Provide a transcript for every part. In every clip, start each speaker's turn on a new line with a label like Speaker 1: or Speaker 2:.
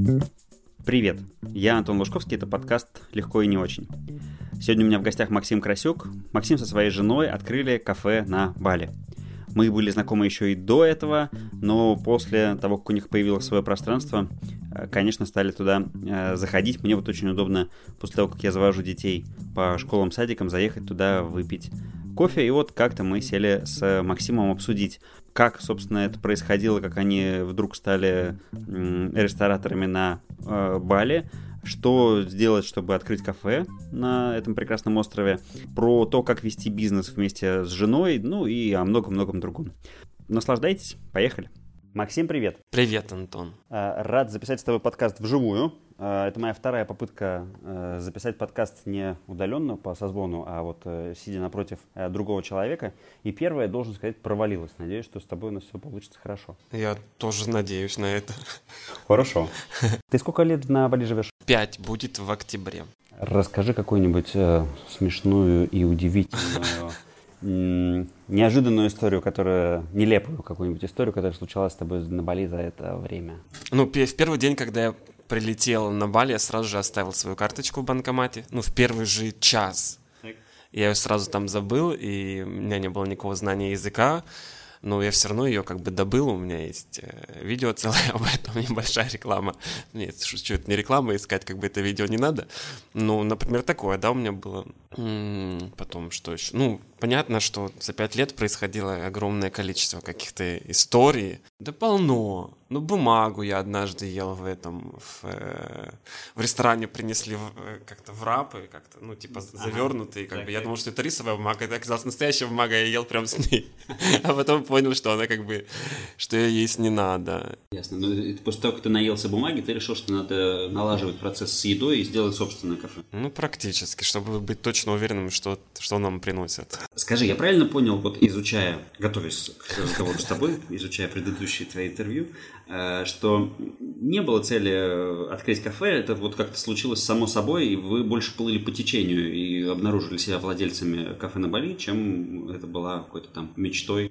Speaker 1: Привет, я Антон Лужковский, это подкаст «Легко и не очень». Сегодня у меня в гостях Максим Красюк. Максим со своей женой открыли кафе на Бали. Мы были знакомы еще и до этого, но после того, как у них появилось свое пространство, конечно, стали туда заходить. Мне вот очень удобно после того, как я завожу детей по школам, садикам, заехать туда выпить кофе. И вот как-то мы сели с Максимом обсудить, как, собственно, это происходило, как они вдруг стали рестораторами на Бали, что сделать, чтобы открыть кафе на этом прекрасном острове, про то, как вести бизнес вместе с женой, ну и о многом-многом другом. Наслаждайтесь, поехали. Максим, привет.
Speaker 2: Привет, Антон.
Speaker 1: Рад записать с тобой подкаст вживую. Это моя вторая попытка записать подкаст не удаленно по созвону, а вот сидя напротив другого человека. И первая, должен сказать, провалилась. Надеюсь, что с тобой у нас все получится хорошо.
Speaker 2: Я тоже надеюсь на это.
Speaker 1: Хорошо. Ты сколько лет на Бали живешь?
Speaker 2: 5 будет в октябре.
Speaker 1: Расскажи какую-нибудь смешную и удивительную, неожиданную историю, нелепую какую-нибудь историю, которая случалась с тобой на Бали за это время.
Speaker 2: В первый день, когда я прилетел на Бали, я сразу же оставил свою карточку в банкомате. В первый же час. Я ее сразу там забыл, и у меня не было никакого знания языка. Но я все равно ее добыл, у меня есть видео целое об этом, небольшая реклама. Нет, шучу, это не реклама, искать это видео не надо. Например, такое, у меня было. Потом, что еще? Понятно, что за 5 лет происходило огромное количество каких-то историй. Да полно. Бумагу я однажды ел в ресторане, принесли как-то в рапы, завернутые, Я думал, что это рисовая бумага, это оказалась настоящая бумага, я ел прям с ней. А потом понял, что она что ее есть не надо.
Speaker 1: Ясно. После того, как ты наелся бумаги, ты решил, что надо налаживать процесс с едой и сделать собственное кафе.
Speaker 2: Практически, чтобы быть точно уверенным, что нам приносят.
Speaker 1: Скажи, я правильно понял, готовясь к разговору с тобой, изучая предыдущие твои интервью, что не было цели открыть кафе, это как-то случилось само собой, и вы больше плыли по течению и обнаружили себя владельцами кафе на Бали, чем это была какой-то там мечтой?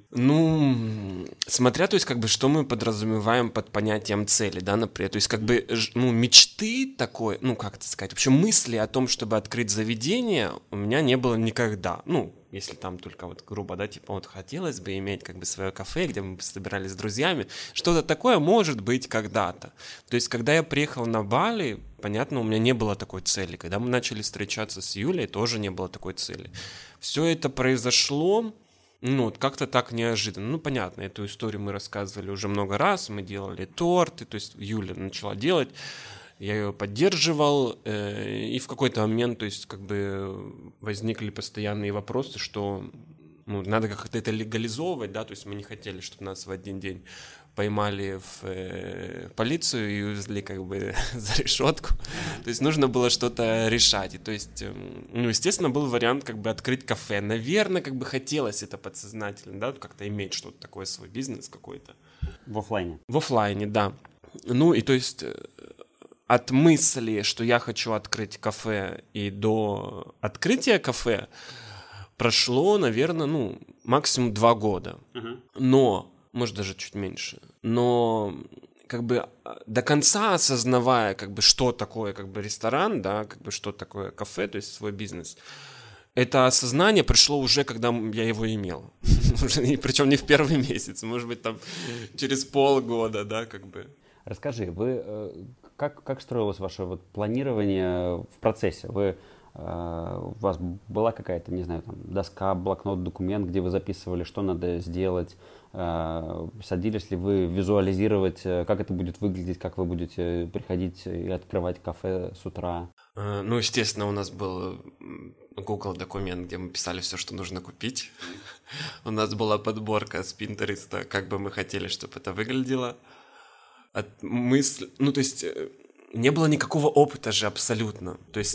Speaker 2: Смотря, что мы подразумеваем под понятием цели, да, например, то есть мечты такой, вообще мысли о том, чтобы открыть заведение, у меня не было никогда, если там только грубо, да, хотелось бы иметь свое кафе, где мы собирались с друзьями, что-то такое может быть когда-то. То есть, когда я приехал на Бали, понятно, у меня не было такой цели. Когда мы начали встречаться с Юлей, тоже не было такой цели. Все это произошло, как-то так неожиданно. Понятно, эту историю мы рассказывали уже много раз, мы делали торты, то есть Юля начала делать, я ее поддерживал, и в какой-то момент, возникли постоянные вопросы, что надо как-то это легализовывать, да, то есть мы не хотели, чтобы нас в один день поймали в полицию и увезли за решетку. То есть нужно было что-то решать. И, то есть, естественно, был вариант открыть кафе. Наверное, хотелось это подсознательно, да, как-то иметь что-то такое, свой бизнес какой-то.
Speaker 1: В офлайне?
Speaker 2: В офлайне, да. И то есть от мысли, что я хочу открыть кафе, и до открытия кафе прошло, наверное, максимум 2 года. Но, может, даже чуть меньше. Но, до конца осознавая, что такое, ресторан, да, что такое кафе, то есть свой бизнес, это осознание пришло уже, когда я его имел. Причем не в первый месяц, может быть, там через полгода, да,
Speaker 1: Расскажи, как строилось ваше планирование в процессе? У вас была какая-то, не знаю, там, доска, блокнот, документ, где вы записывали, что надо сделать? Садились ли вы визуализировать, как это будет выглядеть, как вы будете приходить и открывать кафе с утра?
Speaker 2: Естественно, у нас был Google документ, где мы писали все, что нужно купить. У нас была подборка с Pinterest, как бы мы хотели, чтобы это выглядело. То есть не было никакого опыта же абсолютно. То есть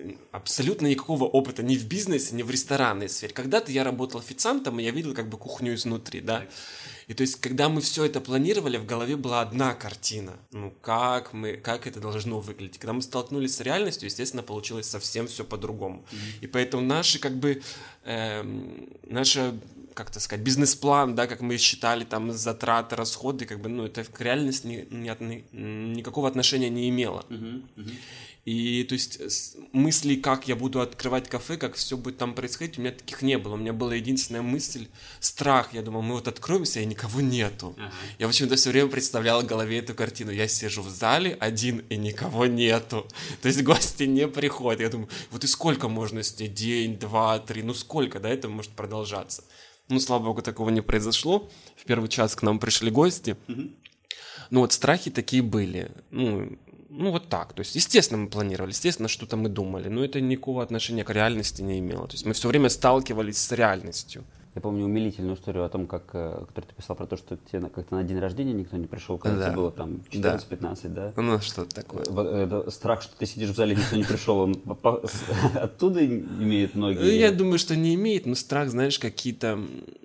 Speaker 2: абсолютно никакого опыта ни в бизнесе, ни в ресторанной сфере. Когда-то я работал официантом, и я видел как бы кухню изнутри, да. И то есть, когда мы все это планировали, в голове была одна картина. Ну, как это должно выглядеть. Когда мы столкнулись с реальностью, естественно, получилось совсем все по-другому. И поэтому наши, как бы, наша, как это сказать, бизнес-план, да, как мы считали, там, затраты, расходы, как бы, ну, это к реальности никакого отношения не имело. И, то есть, мысли, как я буду открывать кафе, как все будет там происходить, у меня таких не было. У меня была единственная мысль, страх. Я думал, мы вот откроемся, и никого нету. Я почему-то все время представлял в голове эту картину. Я сижу в зале один, и никого нету. То есть, гости не приходят. Я думаю, вот и сколько можно сидеть? День, два, три, ну сколько, да, это может продолжаться? Ну, слава богу, такого не произошло. В первый час к нам пришли гости. Ну, вот страхи такие были. Ну, вот так. То есть, естественно, мы планировали, естественно, что-то мы думали, но это никакого отношения к реальности не имело. То есть, мы все время сталкивались с реальностью.
Speaker 1: Я помню умилительную историю о том, которую ты писал про то, что тебе как-то на день рождения никто не пришел, когда тебе было там 14-15, да?
Speaker 2: Ну, что такое.
Speaker 1: Это страх, что ты сидишь в зале, никто не пришел, он оттуда имеет многие?
Speaker 2: Я думаю, что не имеет, но страх, знаешь, какие-то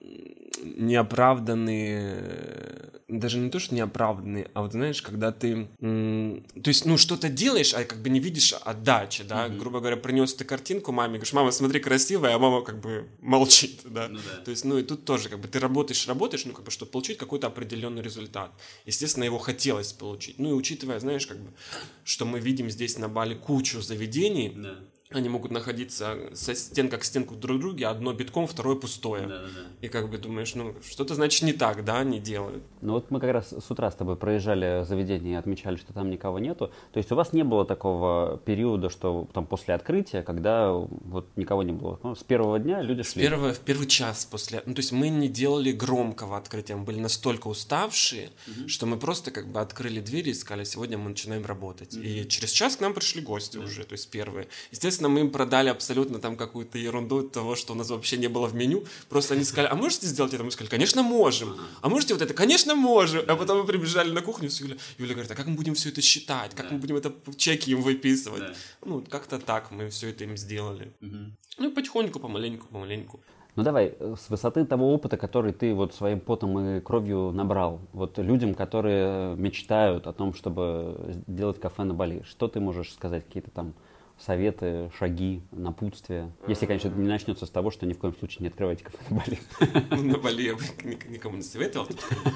Speaker 2: неоправданные, даже не то, что неоправданные, а вот знаешь, когда ты, то есть, ну, что-то делаешь, а как бы не видишь отдачи, да, грубо говоря, принес ты картинку маме, говоришь, мама, смотри, красивая, а мама как бы молчит, да, то есть, ну, и тут тоже, как бы, ты работаешь, ну, как бы, чтобы получить какой-то определенный результат, естественно, его хотелось получить, ну, и учитывая, знаешь, как бы, что мы видим здесь на Бали кучу заведений, они могут находиться со стенка к стенку друг друга, одно битком, второе пустое. И как бы думаешь, ну, что-то, значит, не так, да, они делают.
Speaker 1: Ну вот мы как раз с утра с тобой проезжали заведение и отмечали, что там никого нету. То есть у вас не было такого периода, что там после открытия, когда вот никого не было? Ну, с первого дня люди шли?
Speaker 2: В первый час после... Ну, то есть мы не делали громкого открытия, мы были настолько уставшие, что мы просто как бы открыли двери и сказали, сегодня мы начинаем работать. И через час к нам пришли гости уже, то есть первые. Естественно, мы им продали абсолютно там какую-то ерунду того, что у нас вообще не было в меню. Просто они сказали, а можете сделать это? Мы сказали, конечно, можем. А можете вот это? Конечно, можем. А потом мы прибежали на кухню с Юлей. Юля говорит, а как мы будем все это считать? Как мы будем это в чеки им выписывать? Ну, как-то так мы все это им сделали. Ну, и потихоньку, помаленьку.
Speaker 1: Ну давай, с высоты того опыта, который ты вот своим потом и кровью набрал, вот людям, которые мечтают о том, чтобы делать кафе на Бали, что ты можешь сказать, какие-то там советы, шаги, напутствия? Если, конечно, это не начнется с того, что ни в коем случае не открывайте кафе на Бали.
Speaker 2: Ну, на Бали я бы никому не советовал.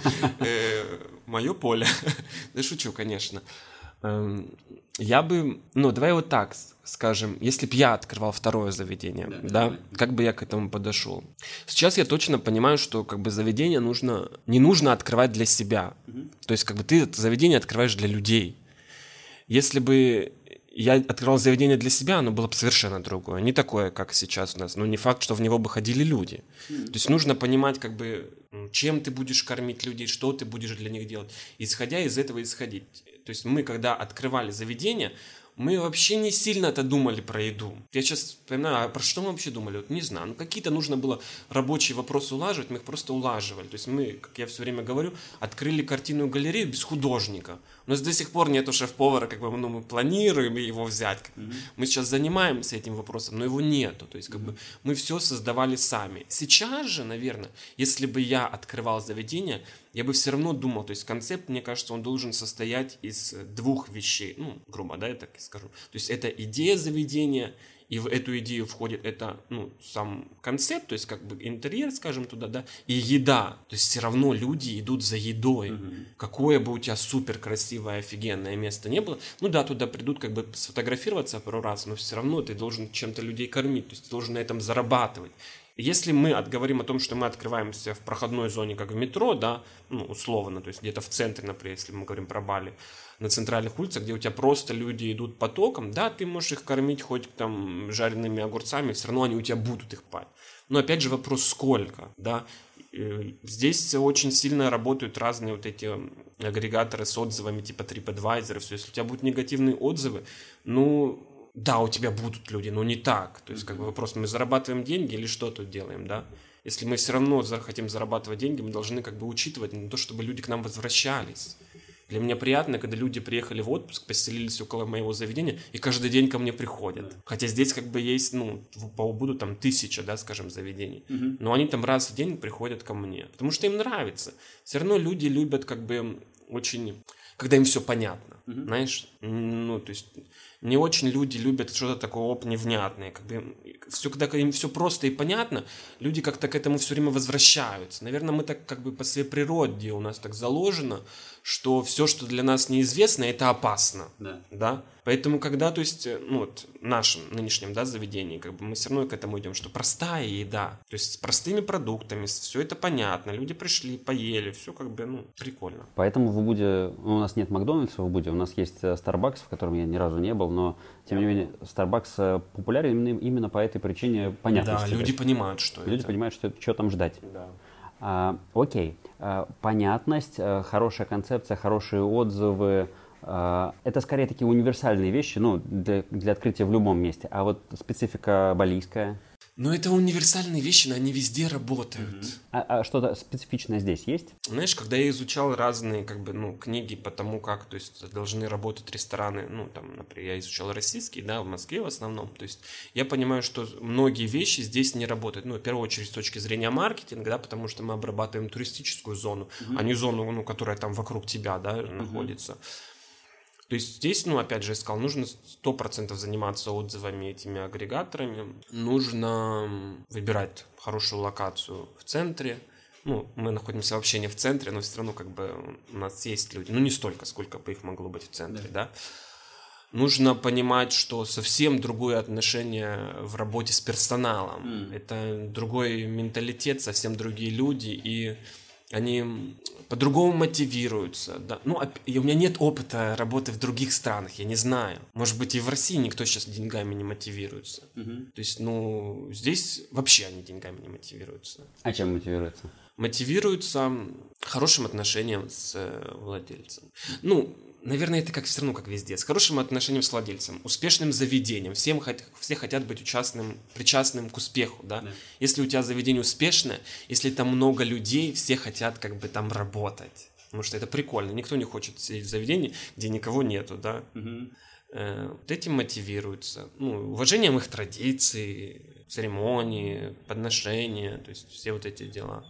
Speaker 2: Мое поле. Да шучу, конечно. Я бы, ну, давай вот так скажем, если бы я открывал второе заведение, да, как бы я к этому подошел? Сейчас я точно понимаю, что как бы заведение не нужно открывать для себя. То есть как бы ты это заведение открываешь для людей. Если бы я открывал заведение для себя, оно было бы совершенно другое. Не такое, как сейчас у нас. Но не факт, что в него бы ходили люди. То есть нужно понимать, как бы, чем ты будешь кормить людей, что ты будешь для них делать. Исходя из этого исходить. То есть мы, когда открывали заведение, мы вообще не сильно-то думали про еду. Я сейчас вспоминаю, а про что мы вообще думали? Вот не знаю. Ну, какие-то нужно было рабочие вопросы улаживать, мы их просто улаживали. То есть мы, как я все время говорю, открыли картинную галерею без художника. У нас до сих пор нету шеф-повара, как бы, ну, мы планируем его взять. Мы сейчас занимаемся этим вопросом, но его нету. То есть как бы мы все создавали сами. Сейчас же, наверное, если бы я открывал заведение, я бы все равно думал, то есть концепт, мне кажется, он должен состоять из двух вещей. Ну, грубо, да, я так и скажу. То есть это идея заведения, и в эту идею входит это, ну, сам концепт, то есть как бы интерьер, скажем, туда, да, и еда. То есть все равно люди идут за едой. Какое бы у тебя супер красивое, офигенное место не было, ну да, туда придут как бы сфотографироваться пару раз, но все равно ты должен чем-то людей кормить, то есть ты должен на этом зарабатывать. Если мы говорим о том, что мы открываемся в проходной зоне, как в метро, да, ну, условно, то есть где-то в центре, например, если мы говорим про Бали, на центральных улицах, где у тебя просто люди идут потоком, да, ты можешь их кормить хоть там жареными огурцами, все равно они у тебя будут их пать. Но опять же вопрос, сколько, да. Здесь очень сильно работают разные вот эти агрегаторы с отзывами типа TripAdvisor, все. Если у тебя будут негативные отзывы, ну... Да, у тебя будут люди, но не так. То есть, как бы вопрос, мы зарабатываем деньги или что тут делаем, да? Если мы все равно хотим зарабатывать деньги, мы должны как бы учитывать на то, чтобы люди к нам возвращались. Для меня приятно, когда люди приехали в отпуск, поселились около моего заведения и каждый день ко мне приходят. Хотя здесь как бы есть, ну, по Убуду там 1000, да, скажем, заведений. Но они там раз в день приходят ко мне, потому что им нравится. Все равно люди любят как бы очень... Когда им все понятно, знаешь, ну, то есть не очень люди любят что-то такое невнятное, как бы все, когда им все просто и понятно, люди как-то к этому все время возвращаются. Наверное, мы так как бы по своей природе у нас так заложено, что все, что для нас неизвестно, это опасно, да? Поэтому когда, то есть, ну вот в нашем нынешнем, да, заведении, как бы мы все равно к этому идем, что простая еда, то есть с простыми продуктами, все это понятно, люди пришли, поели, все как бы, ну, прикольно.
Speaker 1: Поэтому в Убуде, у нас нет Макдональдса в Убуде, у нас есть Starbucks, в котором я ни разу не был, но, тем не менее, Starbucks популярен именно по этой причине понятности.
Speaker 2: Да, люди понимают, что
Speaker 1: люди понимают, что там ждать.
Speaker 2: Да.
Speaker 1: Окей, понятность, хорошая концепция, хорошие отзывы, это скорее такие универсальные вещи, ну, для открытия в любом месте. А вот специфика балийская?
Speaker 2: Но это универсальные вещи, но они везде работают.
Speaker 1: А что-то специфичное здесь есть?
Speaker 2: Знаешь, когда я изучал разные, как бы, ну, книги по тому, как, то есть, должны работать рестораны, ну, там, например, я изучал российский, да, в Москве в основном, то есть, я понимаю, что многие вещи здесь не работают, ну, в первую очередь, с точки зрения маркетинга, да, потому что мы обрабатываем туристическую зону, а не зону, ну, которая там вокруг тебя, да, находится. То есть здесь, ну, опять же, я сказал, нужно 100% заниматься отзывами этими агрегаторами, нужно выбирать хорошую локацию в центре. Ну, мы находимся вообще не в центре, но все равно как бы у нас есть люди, ну, не столько, сколько бы их могло быть в центре, да. Нужно понимать, что совсем другое отношение в работе с персоналом. Это другой менталитет, совсем другие люди, и они по-другому мотивируются. Да? Ну, и у меня нет опыта работы в других странах, я не знаю. Может быть, и в России никто сейчас деньгами не мотивируется. То есть, ну, здесь вообще они деньгами не мотивируются.
Speaker 1: А чем мотивируются?
Speaker 2: Мотивируются хорошим отношением с владельцем. Ну, наверное, это как все равно, как везде. С хорошим отношением с владельцем, успешным заведением. Все хотят быть причастным к успеху, да? Если у тебя заведение успешное, если там много людей, все хотят как бы там работать. Потому что это прикольно. Никто не хочет сидеть в заведении, где никого нету, да? Вот этим мотивируются. Ну, уважением их традиций, церемонии, подношения, то есть все вот эти дела.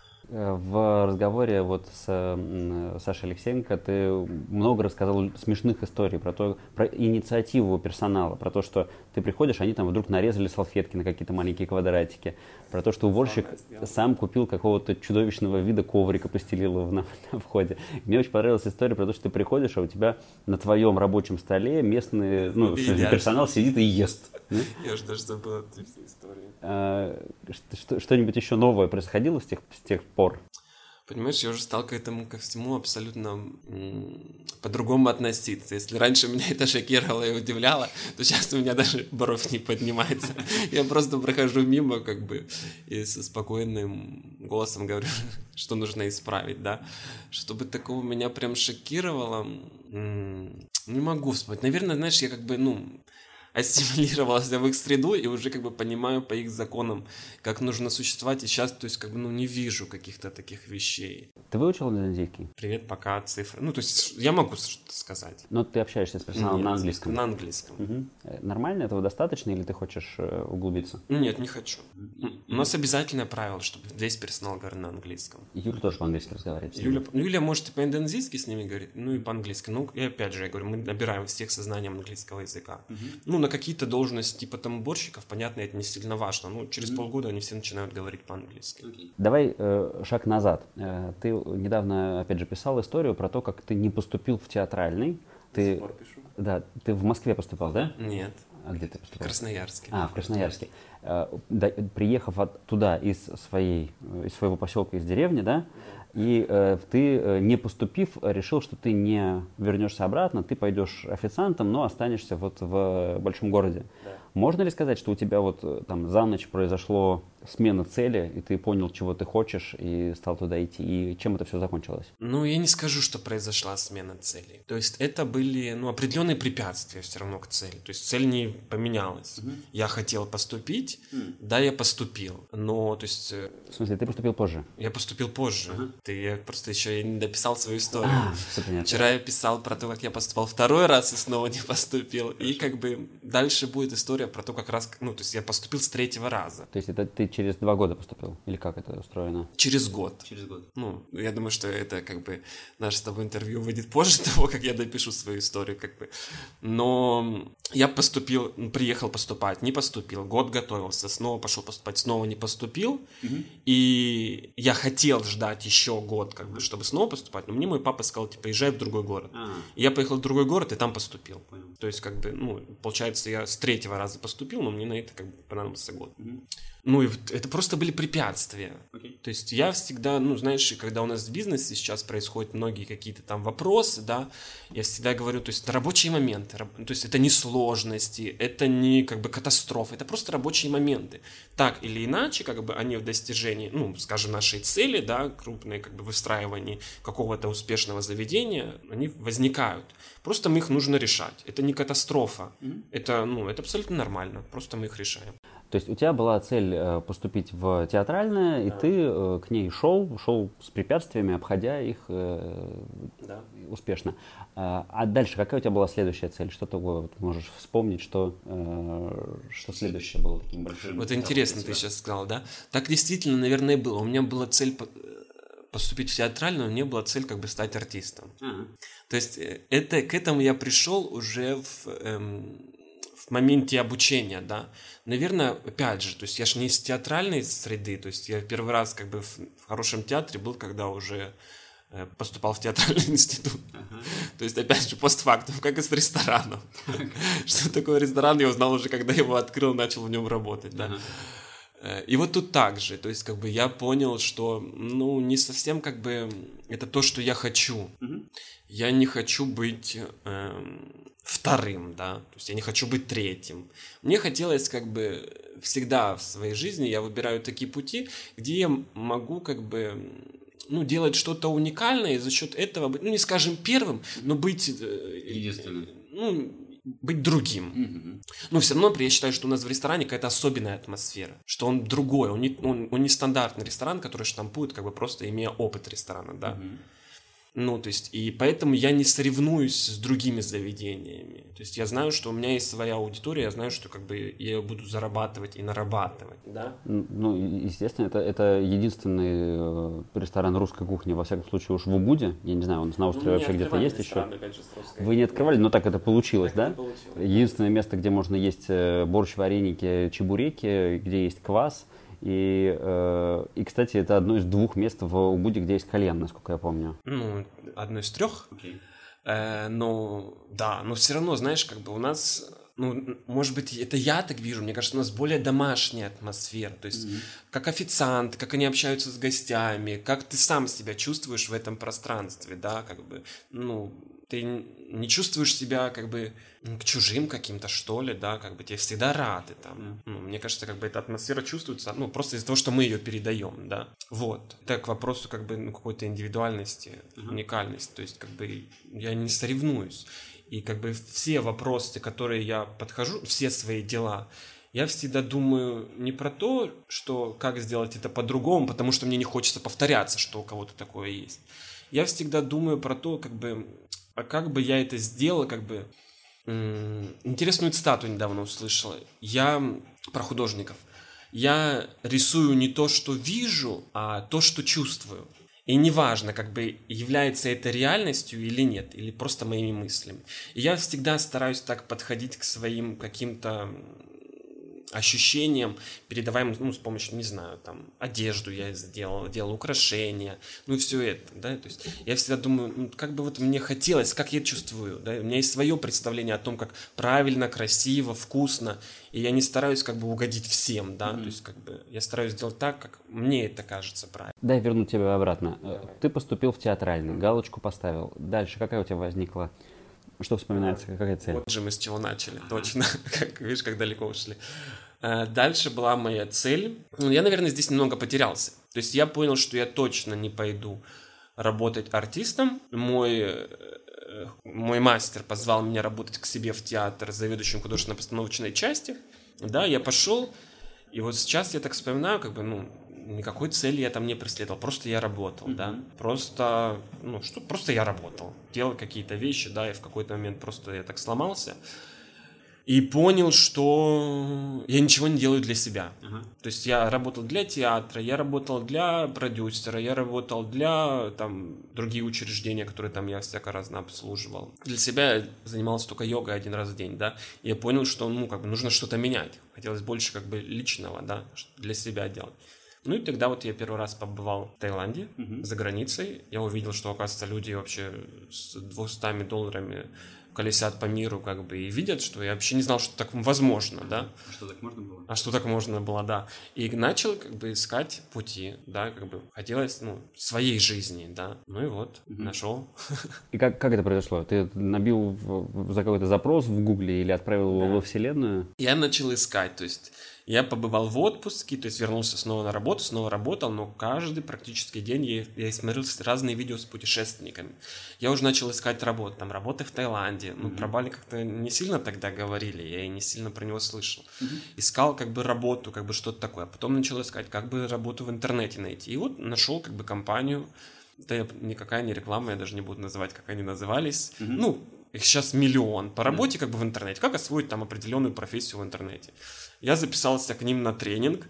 Speaker 1: В разговоре вот с Сашей Алексеенко ты много рассказал смешных историй про инициативу персонала, про то, что ты приходишь, они там вдруг нарезали салфетки на какие-то маленькие квадратики, про то, что уборщик сам купил какого-то чудовищного вида коврика, постелил его на входе. Мне очень понравилась история про то, что ты приходишь, а у тебя на твоем рабочем столе местный персонал сидит и ест.
Speaker 2: Я же даже забыл эту историю.
Speaker 1: Что-нибудь еще новое происходило с тех пор?
Speaker 2: Понимаешь, я уже стал ко всему абсолютно по-другому относиться. Если раньше меня это шокировало и удивляло, то сейчас у меня даже бровь не поднимается. Я просто прохожу мимо, как бы, и со спокойным голосом говорю, что нужно исправить, да. Чтобы такого меня прям шокировало, не могу вспомнить. Наверное, знаешь, я как бы, ассимилировался в их среду и уже как бы понимаю по их законам, как нужно существовать. И сейчас, то есть, как бы, не вижу каких-то таких вещей.
Speaker 1: Ты выучил индонезийский?
Speaker 2: Привет, пока, цифры. Ну, то есть, я могу что-то сказать.
Speaker 1: Но ты общаешься с персоналом на английском?
Speaker 2: На английском.
Speaker 1: Нормально? Этого достаточно или ты хочешь углубиться?
Speaker 2: Нет, не хочу. У нас обязательное правило, чтобы весь персонал говорил на английском.
Speaker 1: Юля тоже по-английски разговаривает.
Speaker 2: Юля может и по-индонезийски с ними говорить, и по-английски. Ну, и опять же, я говорю, мы набираем всех со знанием английского языка. На какие-то должности типа там уборщиков, понятно, это не сильно важно. Через полгода они все начинают говорить по-английски.
Speaker 1: Давай шаг назад. Ты недавно, опять же, писал историю про то, как ты не поступил в театральный. Ты,
Speaker 2: до сих пор пишу.
Speaker 1: Да, ты в Москве поступал, да?
Speaker 2: Нет.
Speaker 1: А где ты поступал?
Speaker 2: В Красноярске.
Speaker 1: В Красноярске. Приехав туда из своего поселка, из деревни, да? И ты, не поступив, решил, что ты не вернешься обратно, ты пойдешь официантом, но останешься вот в большом городе. Да. Можно ли сказать, что у тебя вот там за ночь произошло смена цели, и ты понял, чего ты хочешь, и стал туда идти? И чем это все закончилось?
Speaker 2: Ну, я не скажу, что произошла смена целей. То есть это были, ну, определенные препятствия все равно к цели. То есть цель не поменялась. Я хотел поступить, да, я поступил. Но, то есть...
Speaker 1: В смысле, ты поступил позже?
Speaker 2: Я поступил позже. Я просто еще не дописал свою историю.
Speaker 1: Все понятно.
Speaker 2: Вчера я писал про то, как я поступал второй раз и снова не поступил. Хорошо. И как бы дальше будет история про то, как раз... Ну, то есть я поступил с 3-го раза.
Speaker 1: То есть это ты через 2 года поступил? Или как это устроено?
Speaker 2: Через год. Ну, я думаю, что это как бы наше с тобой интервью выйдет позже того, как я допишу свою историю, как бы. Но я поступил, приехал поступать, не поступил, год готовился, снова пошел поступать, снова не поступил. И я хотел ждать еще год, как бы, чтобы снова поступать, но мне мой папа сказал, типа, езжай в другой город. И я поехал в другой город и там поступил. То есть, как бы, ну, получается, я с 3-го раза поступил, но мне на это как бы понадобился год. Ну, и это просто были препятствия. То есть я всегда, ну, знаешь, когда у нас в бизнесе сейчас происходят многие какие-то там вопросы, да, я всегда говорю, то есть это рабочие моменты, то есть это не сложности, это не как бы катастрофы, это просто рабочие моменты. Так или иначе, как бы они в достижении, ну, скажем, нашей цели, да, крупной как бы выстраивании какого-то успешного заведения, они возникают. Просто мы их нужно решать. Это не катастрофа. Это, ну, это абсолютно нормально. Просто мы их решаем.
Speaker 1: То есть у тебя была цель поступить в театральное, и ты к ней шел с препятствиями, обходя их успешно. А дальше какая у тебя была следующая цель? Что ты можешь вспомнить, что следующее было таким большим?
Speaker 2: Вот интересно ты сейчас сказал, да? Так действительно, наверное, было. У меня была цель поступить в театральную, у меня была цель как бы стать артистом. То есть к этому я пришел уже в моменте обучения, да. Наверное, опять же, то есть я же не из театральной среды, то есть я первый раз как бы в хорошем театре был, когда уже поступал в театральный институт. То есть, опять же, постфактум, как и с рестораном. Что такое ресторан, я узнал уже, когда его открыл, начал в нем работать, да. И вот тут так же, то есть как бы я понял, что, ну, не совсем как бы это то, что я хочу. Я не хочу быть вторым, да, то есть я не хочу быть третьим. Мне хотелось как бы всегда в своей жизни, я выбираю такие пути, где я могу как бы, ну, делать что-то уникальное и за счет этого быть, ну, не скажем первым, но быть...
Speaker 1: Единственным.
Speaker 2: Ну, быть другим. Но все равно я считаю, что у нас в ресторане какая-то особенная атмосфера, что он другой, он не стандартный ресторан, который штампует, как бы просто имея опыт ресторана, да. Ну, то есть, и поэтому я не соревнуюсь с другими заведениями. То есть я знаю, что у меня есть своя аудитория, я знаю, что как бы я буду зарабатывать и нарабатывать. Да?
Speaker 1: Ну, естественно, это единственный ресторан русской кухни, во всяком случае, уж в Убуде. Я не знаю, он на острове вообще где-то есть еще. Вы не открывали, но так это получилось, так да? Единственное место, где можно есть борщ, вареники, чебуреки, где есть квас. И, кстати, это одно из 2 мест в Убуде, где есть кальян, насколько я помню.
Speaker 2: Ну, одно из 3. Но, да, но все равно, знаешь, как бы у нас, ну, может быть, это я так вижу, мне кажется, у нас более домашняя атмосфера, то есть как официант, как они общаются с гостями, как ты сам себя чувствуешь в этом пространстве, да, как бы, ну, ты не чувствуешь себя как бы к чужим каким-то, что ли, да, как бы тебе всегда рады там. Ну, мне кажется, как бы эта атмосфера чувствуется, ну, просто из-за того, что мы ее передаем, да. Вот. Это к вопросу как бы, ну, какой-то индивидуальности, уникальности, то есть как бы я не соревнуюсь. И как бы все вопросы, которые я подхожу, все свои дела, я всегда думаю не про то, что как сделать это по-другому, потому что мне не хочется повторяться, что у кого-то такое есть. Я всегда думаю про то, как бы, а как бы я это сделал, как бы... Интересную цитату недавно услышала. Я про художников. Я рисую не то, что вижу, а то, что чувствую. И неважно, как бы является это реальностью или нет, или просто моими мыслями. И я всегда стараюсь так подходить к своим каким-то ощущениям, передаваемым, ну, с помощью, не знаю, там, одежду я делал украшения, ну, и все это, да, то есть я всегда думаю, ну, как бы вот мне хотелось, как я чувствую, да, у меня есть свое представление о том, как правильно, красиво, вкусно, и я не стараюсь как бы угодить всем, да, то есть как бы я стараюсь сделать так, как мне это кажется правильно.
Speaker 1: Дай верну тебя обратно. Ты поступил в театральный, галочку поставил. Дальше какая у тебя возникла? Что вспоминается, какая цель?
Speaker 2: Вот же мы с чего начали, точно, как, видишь, как далеко ушли. Дальше была моя цель. Я, наверное, здесь немного потерялся. То есть я понял, что я точно не пойду работать артистом. Мой мастер позвал меня работать к себе в театр заведующим художественно-постановочной части. Да, я пошел. И вот сейчас я так вспоминаю, как бы, никакой цели я там не преследовал, просто я работал, да, просто я работал, делал какие-то вещи, да, и в какой-то момент просто я так сломался и понял, что я ничего не делаю для себя. То есть я работал для театра, я работал для продюсера, я работал для, там, других учреждений, которые там я всяко разно обслуживал. Для себя я занимался только йогой 1 раз в день, да, и я понял, что, нужно что-то менять, хотелось больше, личного, да, для себя делать. И тогда вот я первый раз побывал в Таиланде, за границей. Я увидел, что, оказывается, люди вообще с $200 колесят по миру, и видят, что я вообще не знал, что так возможно, да.
Speaker 1: А что так можно было?
Speaker 2: А что так можно было, да. И начал, искать пути, да, хотелось, своей жизни, да. Ну и вот, нашел.
Speaker 1: И как это произошло? Ты набил за какой-то запрос в Гугле или отправил его во Вселенную?
Speaker 2: Я начал искать, то есть я побывал в отпуске, то есть вернулся снова на работу, снова работал, но каждый практически день я смотрел разные видео с путешественниками. Я уже начал искать работу, там работы в Таиланде, про Бали как-то не сильно тогда говорили, я и не сильно про него слышал. Искал работу, что-то такое, потом начал искать, работу в интернете найти. И вот нашел компанию, это никакая не реклама, я даже не буду называть, как они назывались, их сейчас миллион по работе в интернете, как освоить там определенную профессию в интернете. Я записался к ним на тренинг,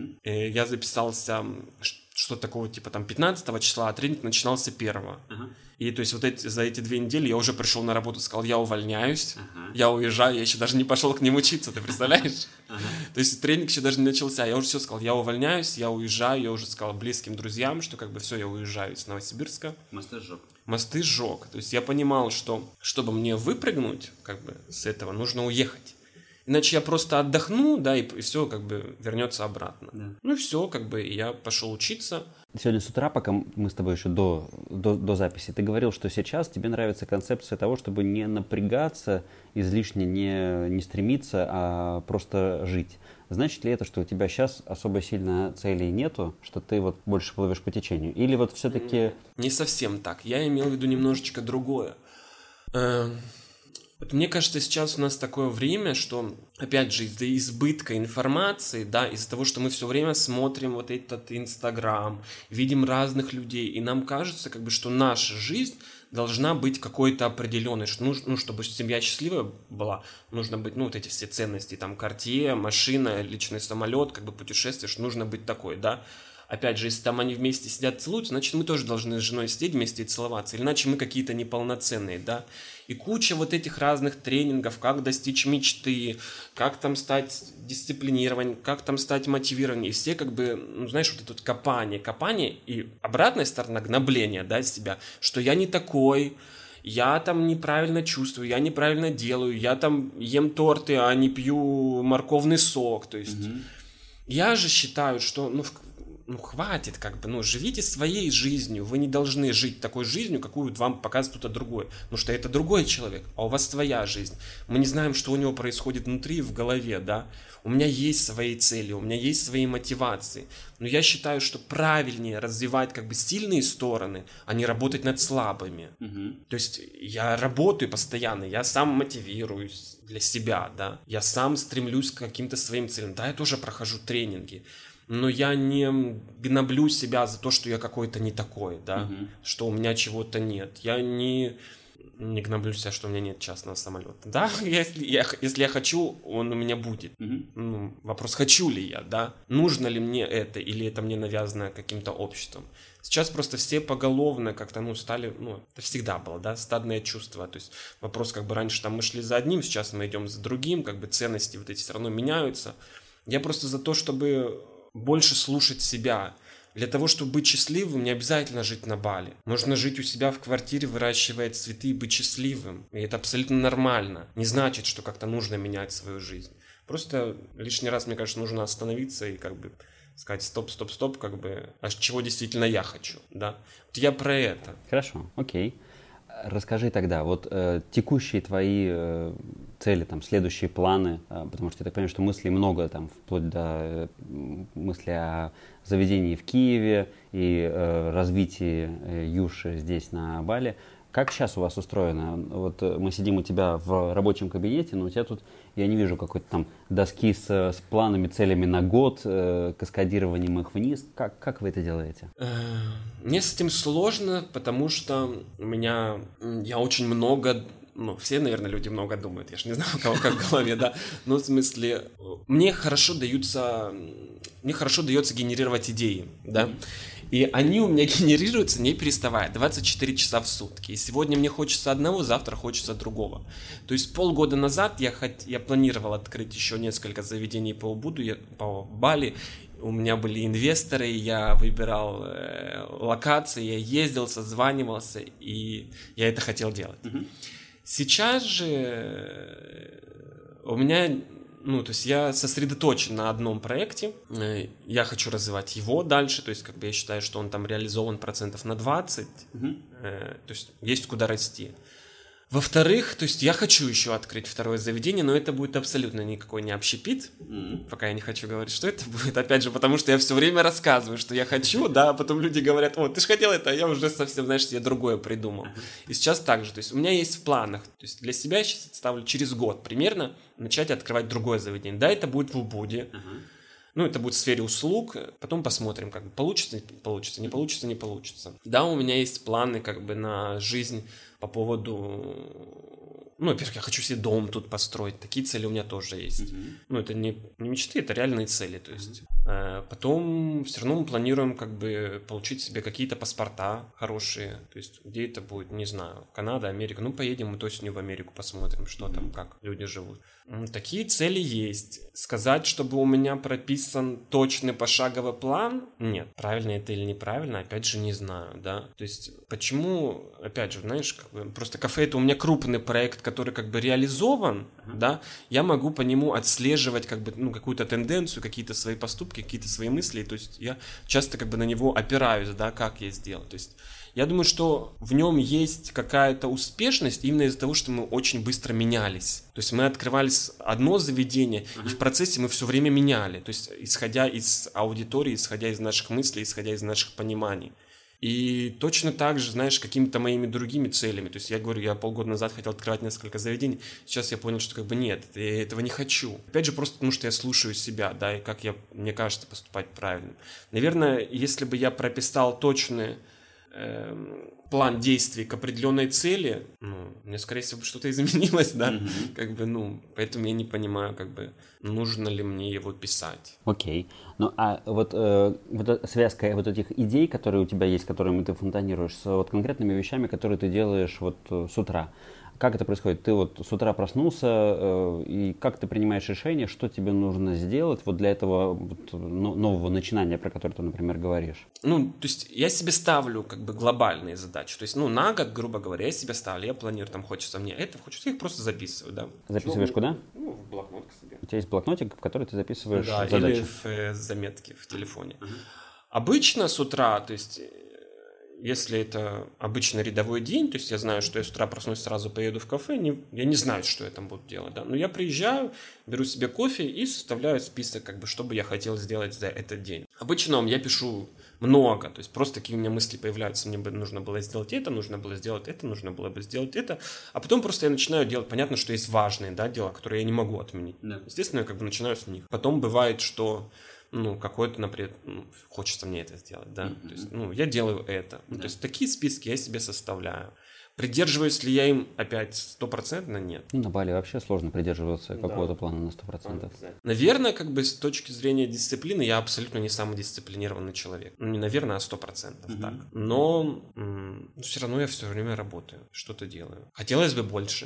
Speaker 2: я записался, что такого, 15 числа, а тренинг начинался 1-го. И то есть за эти 2 недели я уже пришел на работу, сказал, я увольняюсь, я уезжаю, я еще даже не пошел к ним учиться, ты представляешь? То есть тренинг еще даже не начался, я уже все сказал, я увольняюсь, я уезжаю, я уже сказал близким друзьям, что все, я уезжаю из Новосибирска. Мосты сжег. То есть я понимал, что чтобы мне выпрыгнуть с этого, нужно уехать. Иначе я просто отдохну, да, и все вернется обратно. Да. Ну и все, и я пошел учиться.
Speaker 1: Сегодня с утра, пока мы с тобой еще до записи, ты говорил, что сейчас тебе нравится концепция того, чтобы не напрягаться, излишне не стремиться, а просто жить. Значит ли это, что у тебя сейчас особо сильно целей нету, что ты больше плывешь по течению? Или все-таки...
Speaker 2: Не совсем так. Я имел в виду немножечко другое. Мне кажется, сейчас у нас такое время, что, опять же, из-за избытка информации, да, из-за того, что мы все время смотрим этот Инстаграм, видим разных людей, и нам кажется, что наша жизнь должна быть какой-то определенной, что, чтобы семья счастливая была, нужно быть, эти все ценности, там, Cartier, машина, личный самолет, путешествие, что нужно быть такой, да. Опять же, если там они вместе сидят, целуются, значит, мы тоже должны с женой сидеть вместе и целоваться, иначе мы какие-то неполноценные, да. И куча этих разных тренингов, как достичь мечты, как там стать дисциплинированным, как там стать мотивированным. И все знаешь, это копание и обратная сторона гнобления, да, себя, что я не такой, я там неправильно чувствую, я неправильно делаю, я там ем торты, а не пью морковный сок, то есть я же считаю, что, хватит, живите своей жизнью, вы не должны жить такой жизнью, какую вам показывает кто-то другой, потому что это другой человек, а у вас своя жизнь, мы не знаем, что у него происходит внутри, в голове, да, у меня есть свои цели, у меня есть свои мотивации, но я считаю, что правильнее развивать сильные стороны, а не работать над слабыми, то есть я работаю постоянно, я сам мотивируюсь для себя, да, я сам стремлюсь к каким-то своим целям, да, я тоже прохожу тренинги, но я не гноблю себя за то, что я какой-то не такой, да, что у меня чего-то нет. Я не гноблю себя, что у меня нет частного самолета. Да, если я хочу, он у меня будет. Вопрос, хочу ли я, да, нужно ли мне это, или это мне навязано каким-то обществом. Сейчас просто все поголовно стали, это всегда было, да, стадное чувство. То есть вопрос, раньше там мы шли за одним, сейчас мы идем за другим, ценности эти все равно меняются. Я просто за то, чтобы больше слушать себя. Для того, чтобы быть счастливым, не обязательно жить на Бали. Можно жить у себя в квартире, выращивая цветы и быть счастливым. И это абсолютно нормально. Не значит, что как-то нужно менять свою жизнь. Просто лишний раз, мне кажется, нужно остановиться и сказать стоп, а чего действительно я хочу, да? Вот я про это.
Speaker 1: Хорошо, окей. Расскажи тогда, текущие твои цели, там, следующие планы? Потому что я так понимаю, что мыслей много, там, вплоть до мысли о заведении в Киеве и развитии Юши здесь, на Бали. Как сейчас у вас устроено? Вот мы сидим у тебя в рабочем кабинете, но у тебя тут, я не вижу какой-то там доски с планами, целями на год, каскадированием их вниз. Как вы это делаете?
Speaker 2: Мне с этим сложно, потому что я очень много, все, наверное, люди много думают, я же не знаю, у кого как в голове, да, но в смысле, мне хорошо дается генерировать идеи, да, и они у меня генерируются не переставая, 24 часа в сутки. И сегодня мне хочется одного, завтра хочется другого. То есть полгода назад я планировал открыть еще несколько заведений по Бали. У меня были инвесторы, я выбирал локации, я ездил, созванивался, и я это хотел делать. Сейчас же у меня... то есть я сосредоточен на одном проекте, я хочу развивать его дальше, то есть как бы я считаю, что он там реализован 20%, то есть есть куда расти. Во-вторых, то есть я хочу еще открыть второе заведение, но это будет абсолютно никакой не общепит, пока я не хочу говорить, что это будет, опять же, потому что я все время рассказываю, что я хочу, да, а потом люди говорят, ты же хотел это, а я уже совсем, знаешь, себе другое придумал. И сейчас так же, то есть у меня есть в планах, то есть для себя я сейчас ставлю через год примерно начать открывать другое заведение. Да, это будет в Убуде, это будет в сфере услуг, потом посмотрим, как бы получится, не получится, не получится. Да, у меня есть планы как бы на жизнь по поводу... во-первых, я хочу себе дом тут построить, такие цели у меня тоже есть. Это не мечты, это реальные цели, то есть. Потом все равно мы планируем как бы получить себе какие-то паспорта хорошие, то есть где это будет, не знаю, Канада, Америка. Поедем мы осенью в Америку, посмотрим, что там, как люди живут. Такие цели есть. Сказать, чтобы у меня прописан точный пошаговый план? Нет. Правильно это или неправильно, опять же, не знаю, да. То есть, почему, опять же, знаешь, как бы, просто кафе — это у меня крупный проект, который как бы реализован, да, я могу по нему отслеживать как бы, какую-то тенденцию, какие-то свои поступки, какие-то свои мысли, то есть я часто как бы на него опираюсь, да, как я сделал, то есть я думаю, что в нем есть какая-то успешность именно из-за того, что мы очень быстро менялись. То есть мы открывались одно заведение, и в процессе мы все время меняли. То есть исходя из аудитории, исходя из наших мыслей, исходя из наших пониманий. И точно так же, знаешь, какими-то моими другими целями. То есть я говорю, я полгода назад хотел открывать несколько заведений, сейчас я понял, что как бы нет, я этого не хочу. Опять же, просто потому что я слушаю себя, да, и как мне кажется поступать правильно. Наверное, если бы я прописал точный план действий к определенной цели, мне, скорее всего, что-то изменилось, да, как бы, поэтому я не понимаю, как бы, нужно ли мне его писать.
Speaker 1: Окей. А вот связка вот этих идей, которые у тебя есть, которыми ты фонтанируешь, с вот конкретными вещами, которые ты делаешь вот с утра. Как это происходит? Ты вот с утра проснулся, и как ты принимаешь решение, что тебе нужно сделать вот для этого вот нового начинания, про которое ты, например, говоришь?
Speaker 2: То есть я себе ставлю как бы глобальные задачи. То есть, на год, грубо говоря, я себе ставлю, я планирую, там, хочется мне это, хочется, я их просто записываю, да.
Speaker 1: Записываешь куда?
Speaker 2: В блокнот к себе.
Speaker 1: У тебя есть блокнотик, в который ты записываешь задачи?
Speaker 2: Или в заметке в телефоне. Обычно с утра, то есть... Если это обычно рядовой день, то есть я знаю, что я с утра проснусь, сразу поеду в кафе, я не знаю, что я там буду делать, да, но я приезжаю, беру себе кофе и составляю список, как бы, что бы я хотел сделать за этот день. Обычно я пишу много, то есть просто такие у меня мысли появляются, мне бы нужно было сделать это, нужно было сделать это, нужно было бы сделать это, а потом просто я начинаю делать, понятно, что есть важные, да, дела, которые я не могу отменить. Да. Естественно, я как бы начинаю с них. Потом бывает, что какой-то, например, хочется мне это сделать, да, то есть, я делаю это. То есть такие списки я себе составляю. Придерживаюсь ли я им опять 100%? Нет.
Speaker 1: На Бали вообще сложно придерживаться какого-то плана на 100%.
Speaker 2: Наверное, как бы с точки зрения дисциплины я абсолютно не самый дисциплинированный человек. Не наверное, а 100%. Так. Но все равно я все время работаю, что-то делаю. Хотелось бы больше.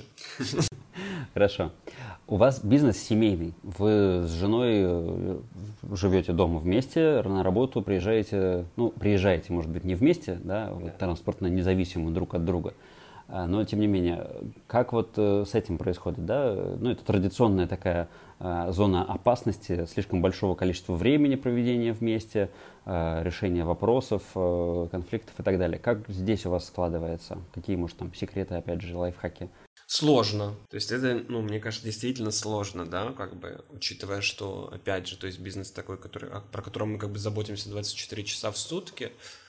Speaker 1: Хорошо. У вас бизнес семейный. Вы с женой живете дома вместе, на работу приезжаете, может быть, не вместе, да, вот, транспортно независимо друг от друга. Но, тем не менее, как вот с этим происходит, да? Это традиционная такая зона опасности, слишком большого количества времени проведения вместе, решения вопросов, конфликтов и так далее. Как здесь у вас складывается? Какие, может, там секреты, опять же, лайфхаки?
Speaker 2: Сложно. То есть это, ну, мне кажется, действительно сложно, да, как бы, учитывая, что, опять же, то есть бизнес такой, про который мы как бы заботимся 24 часа в сутки.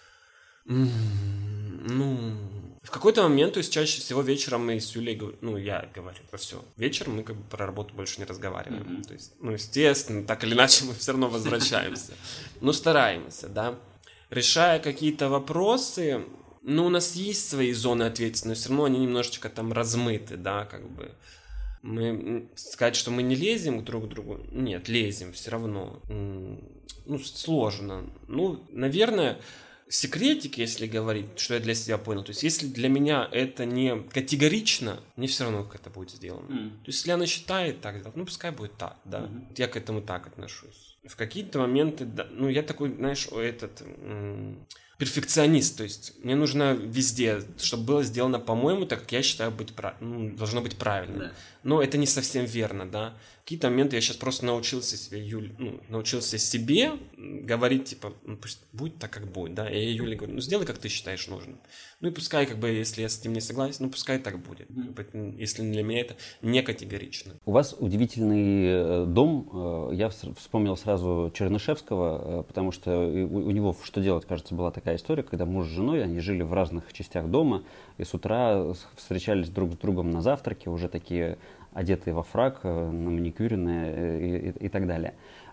Speaker 2: Ну, в какой-то момент, то есть чаще всего вечером мы с Юлей, ну, я говорю, все, вечером мы как бы про работу больше не разговариваем. То есть, ну, естественно, так или иначе мы все равно возвращаемся. Ну, стараемся, да. Решая какие-то вопросы, ну, у нас есть свои зоны ответственности, но все равно они немножечко там размыты, да, как бы. Мы сказать, что мы не лезем друг к другу, нет, лезем все равно. Ну, сложно. Ну, наверное, секретик, если говорить, что я для себя понял, то есть если для меня это не категорично, мне все равно как это будет сделано. То есть если она считает так, ну, пускай будет так, да. Я к этому так отношусь. В какие-то моменты, да, ну, я такой, знаешь, перфекционист, то есть мне нужно везде, чтобы было сделано по-моему, так как я считаю должно быть правильно. Да. Но это не совсем верно, да. В какие-то моменты я сейчас просто научился себе говорить, типа, ну, пусть будет так, как будет, да. И я Юле говорю, ну, сделай, как ты считаешь нужным. Ну, и пускай, как бы, если я с этим не согласен, ну, пускай так будет. Если для меня это не категорично.
Speaker 1: У вас удивительный дом. Я вспомнил сразу Чернышевского, потому что у него «Что делать», кажется, была такая история, когда муж с женой, они жили в разных частях дома, и с утра встречались друг с другом на завтраке, уже такие одетые во фрак, наманикюренные и так далее.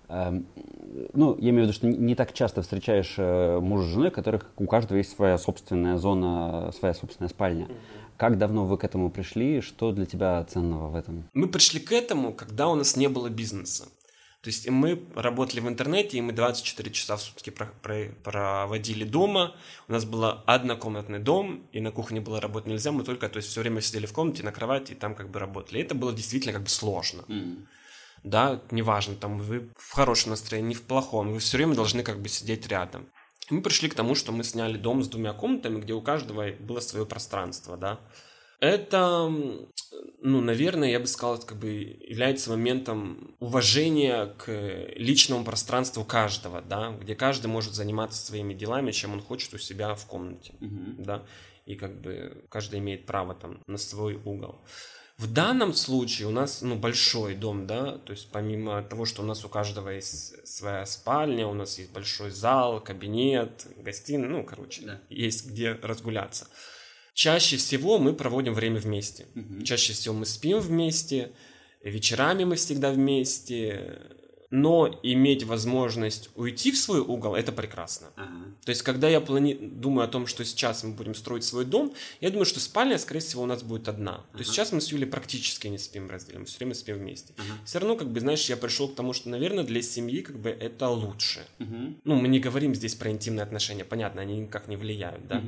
Speaker 1: Ну, я имею в виду, что не так часто встречаешь мужа с женой, у которых у каждого есть своя собственная зона, своя собственная спальня. Как давно вы к этому пришли? Что для тебя ценного в этом?
Speaker 2: Мы пришли к этому, когда у нас не было бизнеса. То есть мы работали в интернете, и мы 24 часа в сутки проводили дома. У нас был однокомнатный дом, и на кухне было работать нельзя. Мы только, то есть, все время сидели в комнате, на кровати, и там как бы работали. И это было действительно как бы сложно. Да, неважно, там вы в хорошем настроении, не в плохом, вы все время должны как бы сидеть рядом. И мы пришли к тому, что мы сняли дом с 2 комнатами, где у каждого было свое пространство, да. Это, ну, наверное, я бы сказал, это как бы является моментом уважения к личному пространству каждого, да, где каждый может заниматься своими делами, чем он хочет у себя в комнате, да, и как бы каждый имеет право там на свой угол. В данном случае у нас, ну, большой дом, да, то есть помимо того, что у нас у каждого есть своя спальня, у нас есть большой зал, кабинет, гостиная, ну, короче, да, есть где разгуляться. Чаще всего мы проводим время вместе. Чаще всего мы спим вместе, вечерами мы всегда вместе. Но иметь возможность уйти в свой угол, это прекрасно. То есть, когда я думаю о том, что сейчас мы будем строить свой дом, я думаю, что спальня, скорее всего, у нас будет одна. То есть, сейчас мы с Юлей практически не спим раздельно, мы все время спим вместе. Все равно, как бы, знаешь, я пришел к тому, что, наверное, для семьи, как бы, это лучше. Ну, мы не говорим здесь про интимные отношения, понятно, они никак не влияют, да.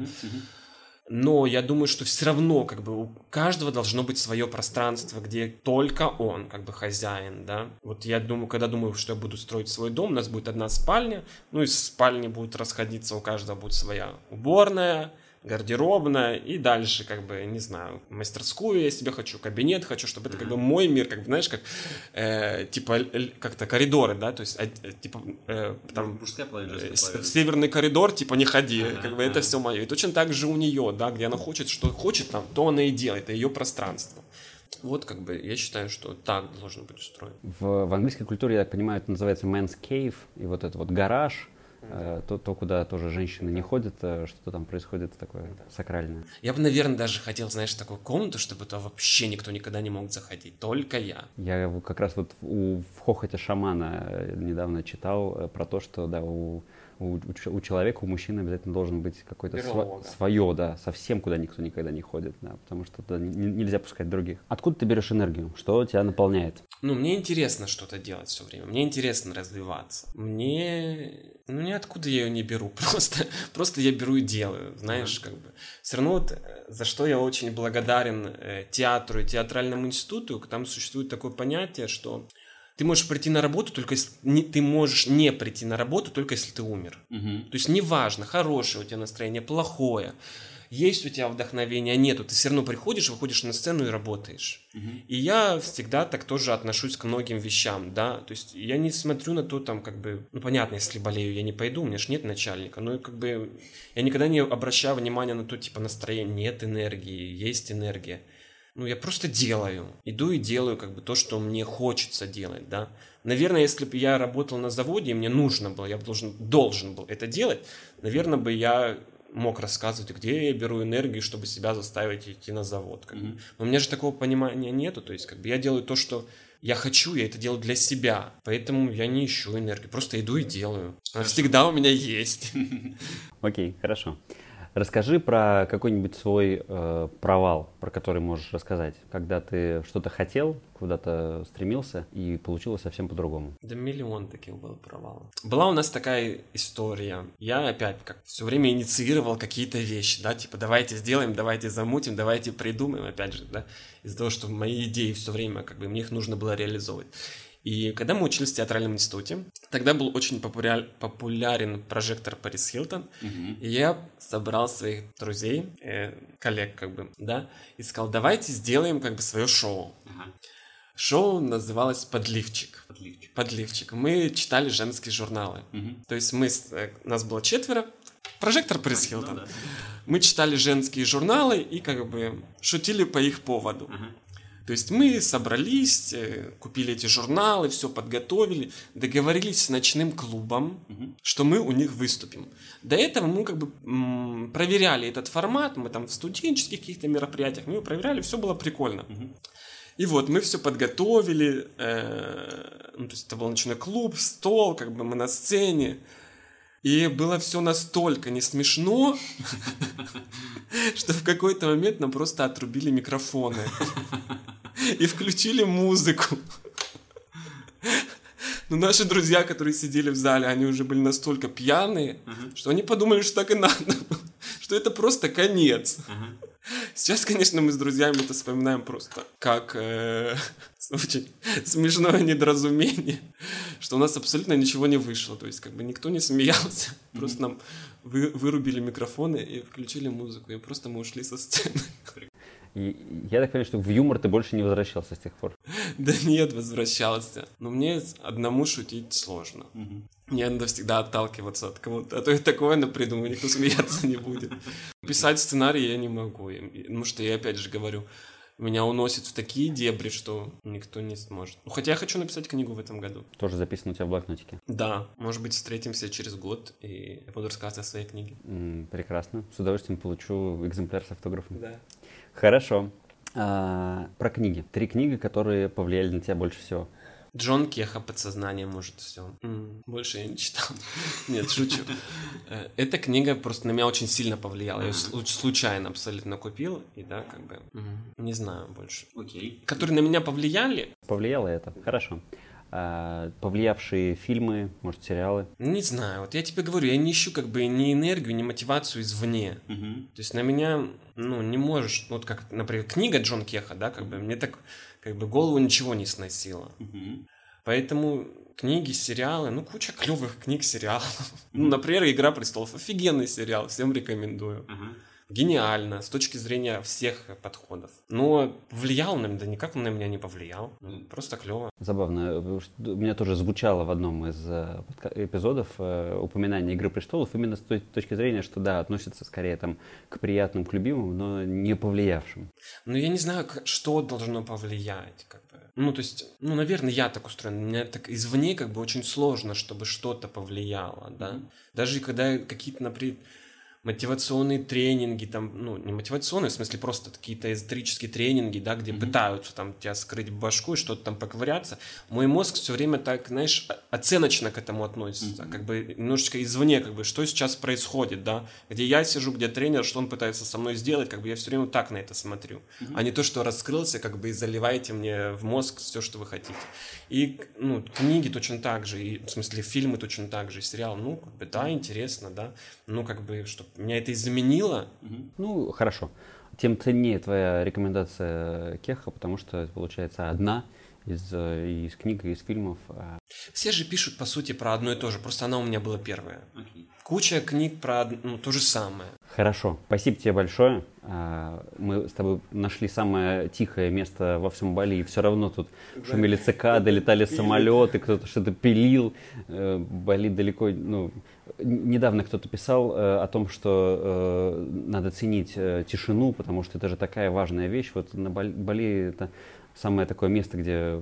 Speaker 2: Но я думаю, что все равно как бы у каждого должно быть свое пространство, где только он как бы хозяин, да. Вот я думаю, когда думаю, что я буду строить свой дом, у нас будет одна спальня, ну из спальни будут расходиться, у каждого будет своя уборная, гардеробная, и дальше, как бы, не знаю, мастерскую я себе хочу, кабинет хочу, чтобы это как бы мой мир, как бы, знаешь, как, типа, как-то коридоры, да, то есть, типа, там, в северный коридор, типа, не ходи, как бы, это все мое. И точно так же у нее, да, где она хочет, что хочет там, то она и делает, это ее пространство. Вот, как бы, я считаю, что так должно быть устроено.
Speaker 1: В английской культуре, я так понимаю, это называется man's cave, и вот это вот гараж, то, куда тоже женщины не ходят, что там происходит такое сакральное.
Speaker 2: Я бы, наверное, даже хотел, знаешь, такую комнату, чтобы туда вообще никто никогда не мог заходить, только я.
Speaker 1: Я как раз вот в «Хохоте шамана» недавно читал про то, что, да, у человека, у мужчины обязательно должен быть какое-то свое, да, совсем куда никто никогда не ходит, да, потому что туда нельзя пускать других. Откуда ты берешь энергию? Что тебя наполняет?
Speaker 2: Ну, мне интересно что-то делать все время, мне интересно развиваться. Ниоткуда я ее не беру, просто я беру и делаю, знаешь, как бы. Все равно вот, за что я очень благодарен театру и театральному институту, там существует такое понятие, что ты можешь прийти на работу, только если ты можешь не прийти на работу, только если ты умер. То есть неважно, хорошее у тебя настроение, плохое, есть у тебя вдохновение, нету, ты все равно приходишь, выходишь на сцену и работаешь. И я всегда так тоже отношусь к многим вещам, да, то есть я не смотрю на то, там, как бы, ну, понятно, если болею, я не пойду, у меня же нет начальника, но, как бы, я никогда не обращаю внимания на то, типа, настроение, нет энергии, есть энергия. ну, я просто делаю. Иду и делаю как бы то, что мне хочется делать, да. Наверное, если бы я работал на заводе, и мне нужно было, я должен был это делать, наверное, бы я мог рассказывать, где я беру энергию, чтобы себя заставить идти на завод. Как бы. Но у меня же такого понимания нету, то есть как бы я делаю то, что я хочу, я это делаю для себя, поэтому я не ищу энергию, просто иду и делаю. Она всегда у меня есть.
Speaker 1: Окей, хорошо. Расскажи про какой-нибудь свой провал, про который можешь рассказать, когда ты что-то хотел, куда-то стремился, и получилось совсем по-другому.
Speaker 2: Да миллион таких было провалов. Была у нас такая история. Я опять как все время инициировал какие-то вещи, да, типа давайте сделаем, давайте замутим, давайте придумаем, опять же, да, из-за того, что мои идеи все время, как бы, мне их нужно было реализовывать. И когда мы учились в театральном институте, тогда был очень популярен прожектор Paris Hilton, и я собрал своих друзей, коллег, как бы, да, и сказал, давайте сделаем, как бы, свое шоу. Шоу называлось «Подливчик». Подливчик. Мы читали женские журналы. То есть нас было 4, прожектор Paris Hilton. Мы читали женские журналы и, как бы, шутили по их поводу. То есть мы собрались, купили эти журналы, все подготовили, договорились с ночным клубом, что мы у них выступим. До этого мы как бы проверяли этот формат, мы там в студенческих каких-то мероприятиях, мы его проверяли, все было прикольно. И вот мы все подготовили, ну, то есть это был ночной клуб, стол, как бы мы на сцене. И было все настолько не смешно, что в какой-то момент нам просто отрубили микрофоны и включили музыку. Но наши друзья, которые сидели в зале, они уже были настолько пьяные, что они подумали, что так и надо, что это просто конец. Сейчас, конечно, мы с друзьями это вспоминаем просто как очень смешное недоразумение, что у нас абсолютно ничего не вышло, то есть как бы никто не смеялся, просто нам вырубили микрофоны и включили музыку, и просто мы ушли со сцены.
Speaker 1: И я так понимаю, что в юмор ты больше не возвращался с тех пор?
Speaker 2: Да нет, возвращался. Но мне одному шутить сложно. Мне надо всегда отталкиваться от кого-то. А то я такое напридумаю, никто смеяться не будет. Писать сценарий я не могу. Потому что я опять же говорю, меня уносит в такие дебри, что никто не сможет. Ну, хотя я хочу написать книгу в этом году.
Speaker 1: Тоже записано у тебя в блокнотике?
Speaker 2: Да. Может быть, встретимся через год, и я буду рассказывать о своей книге.
Speaker 1: Прекрасно. С удовольствием получу экземпляр с автографом.
Speaker 2: Да.
Speaker 1: Хорошо. Про книги. 3 книги, которые повлияли на тебя больше всего.
Speaker 2: Джон Кеха «Подсознание может все». Больше я не читал. Нет, шучу. Эта книга просто на меня очень сильно повлияла. Я ее случайно абсолютно купил. И да, как бы, не знаю больше.
Speaker 1: Окей.
Speaker 2: Которые на меня повлияли.
Speaker 1: Повлияло это? Хорошо. Повлиявшие фильмы, может, сериалы?
Speaker 2: Не знаю. Вот я тебе говорю, я не ищу как бы ни энергию, ни мотивацию извне. То есть на меня, ну, не можешь... Вот как, например, книга Джон Кеха, да, как бы мне так... как бы голову ничего не сносило. Поэтому книги, сериалы, ну, куча клевых книг, сериалов. Ну, например, «Игра престолов». Офигенный сериал, всем рекомендую. Гениально, с точки зрения всех подходов. Но влиял он на меня, да никак он на меня не повлиял. Просто клево.
Speaker 1: Забавно. У меня тоже звучало в одном из эпизодов упоминание «Игры престолов» именно с той точки зрения, что да, относится скорее там к приятным, к любимым, но не повлиявшим.
Speaker 2: Ну, я не знаю, что должно повлиять, как бы. Ну, то есть, ну, наверное, я так устроен. Мне так извне как бы очень сложно, чтобы что-то повлияло, да. Даже когда какие-то, например, мотивационные тренинги, там, ну, не мотивационные, в смысле просто какие-то эзотерические тренинги, да, где пытаются там тебя скрыть в башку и что-то там поковыряться. Мой мозг все время так, знаешь, оценочно к этому относится, как бы немножечко извне, как бы, что сейчас происходит, да, где я сижу, где тренер, что он пытается со мной сделать, как бы я все время так на это смотрю, а не то, что раскрылся, как бы, и заливайте мне в мозг все, что вы хотите. И, ну, книги точно так же, и, в смысле, фильмы точно так же, и сериал, ну, как бы, да, интересно, да, ну, как бы, что меня это изменило.
Speaker 1: Ну, хорошо. Тем ценнее твоя рекомендация Кеха, потому что, получается, одна из книг и из фильмов.
Speaker 2: Все же пишут, по сути, про одно и то же, просто она у меня была первая. Куча книг про то же самое.
Speaker 1: Хорошо, спасибо тебе большое. Мы с тобой нашли самое тихое место во всем Бали, и все равно тут шумели цикады, летали самолеты, кто-то что-то пилил. Бали далеко... Недавно кто-то писал о том, что надо ценить тишину, потому что это же такая важная вещь. Вот на Бали это самое такое место, где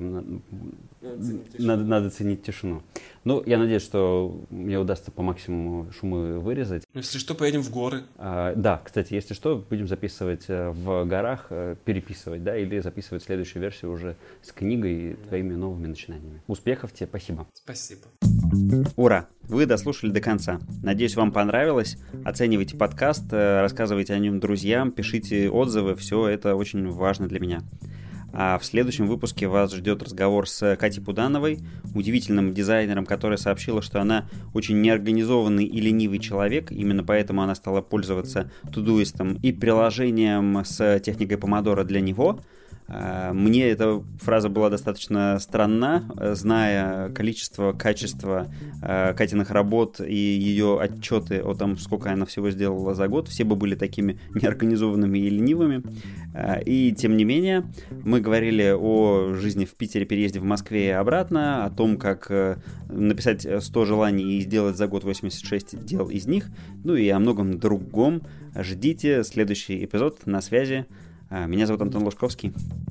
Speaker 1: надо ценить тишину. Я надеюсь, что мне удастся по максимуму шумы вырезать.
Speaker 2: Если что, поедем в горы.
Speaker 1: Да, кстати, если что, будем записывать в горах, переписывать, да, или записывать следующую версию уже с книгой и твоими новыми начинаниями. Успехов тебе, спасибо.
Speaker 2: Спасибо.
Speaker 1: Ура! Вы дослушали до конца. Надеюсь, вам понравилось. Оценивайте подкаст, рассказывайте о нем друзьям, пишите отзывы. Все это очень важно для меня. А в следующем выпуске вас ждет разговор с Катей Пудановой, удивительным дизайнером, которая сообщила, что она очень неорганизованный и ленивый человек, именно поэтому она стала пользоваться Todoist и приложением с техникой помодоро для него. Мне эта фраза была достаточно странна, зная количество, качество Катиных работ и ее отчеты о том, сколько она всего сделала за год. Все бы были такими неорганизованными и ленивыми. И тем не менее, мы говорили о жизни в Питере, переезде в Москве и обратно, о том, как написать 100 желаний и сделать за год 86 дел из них, и о многом другом. Ждите следующий эпизод. На связи. Меня зовут Антон Лужковский.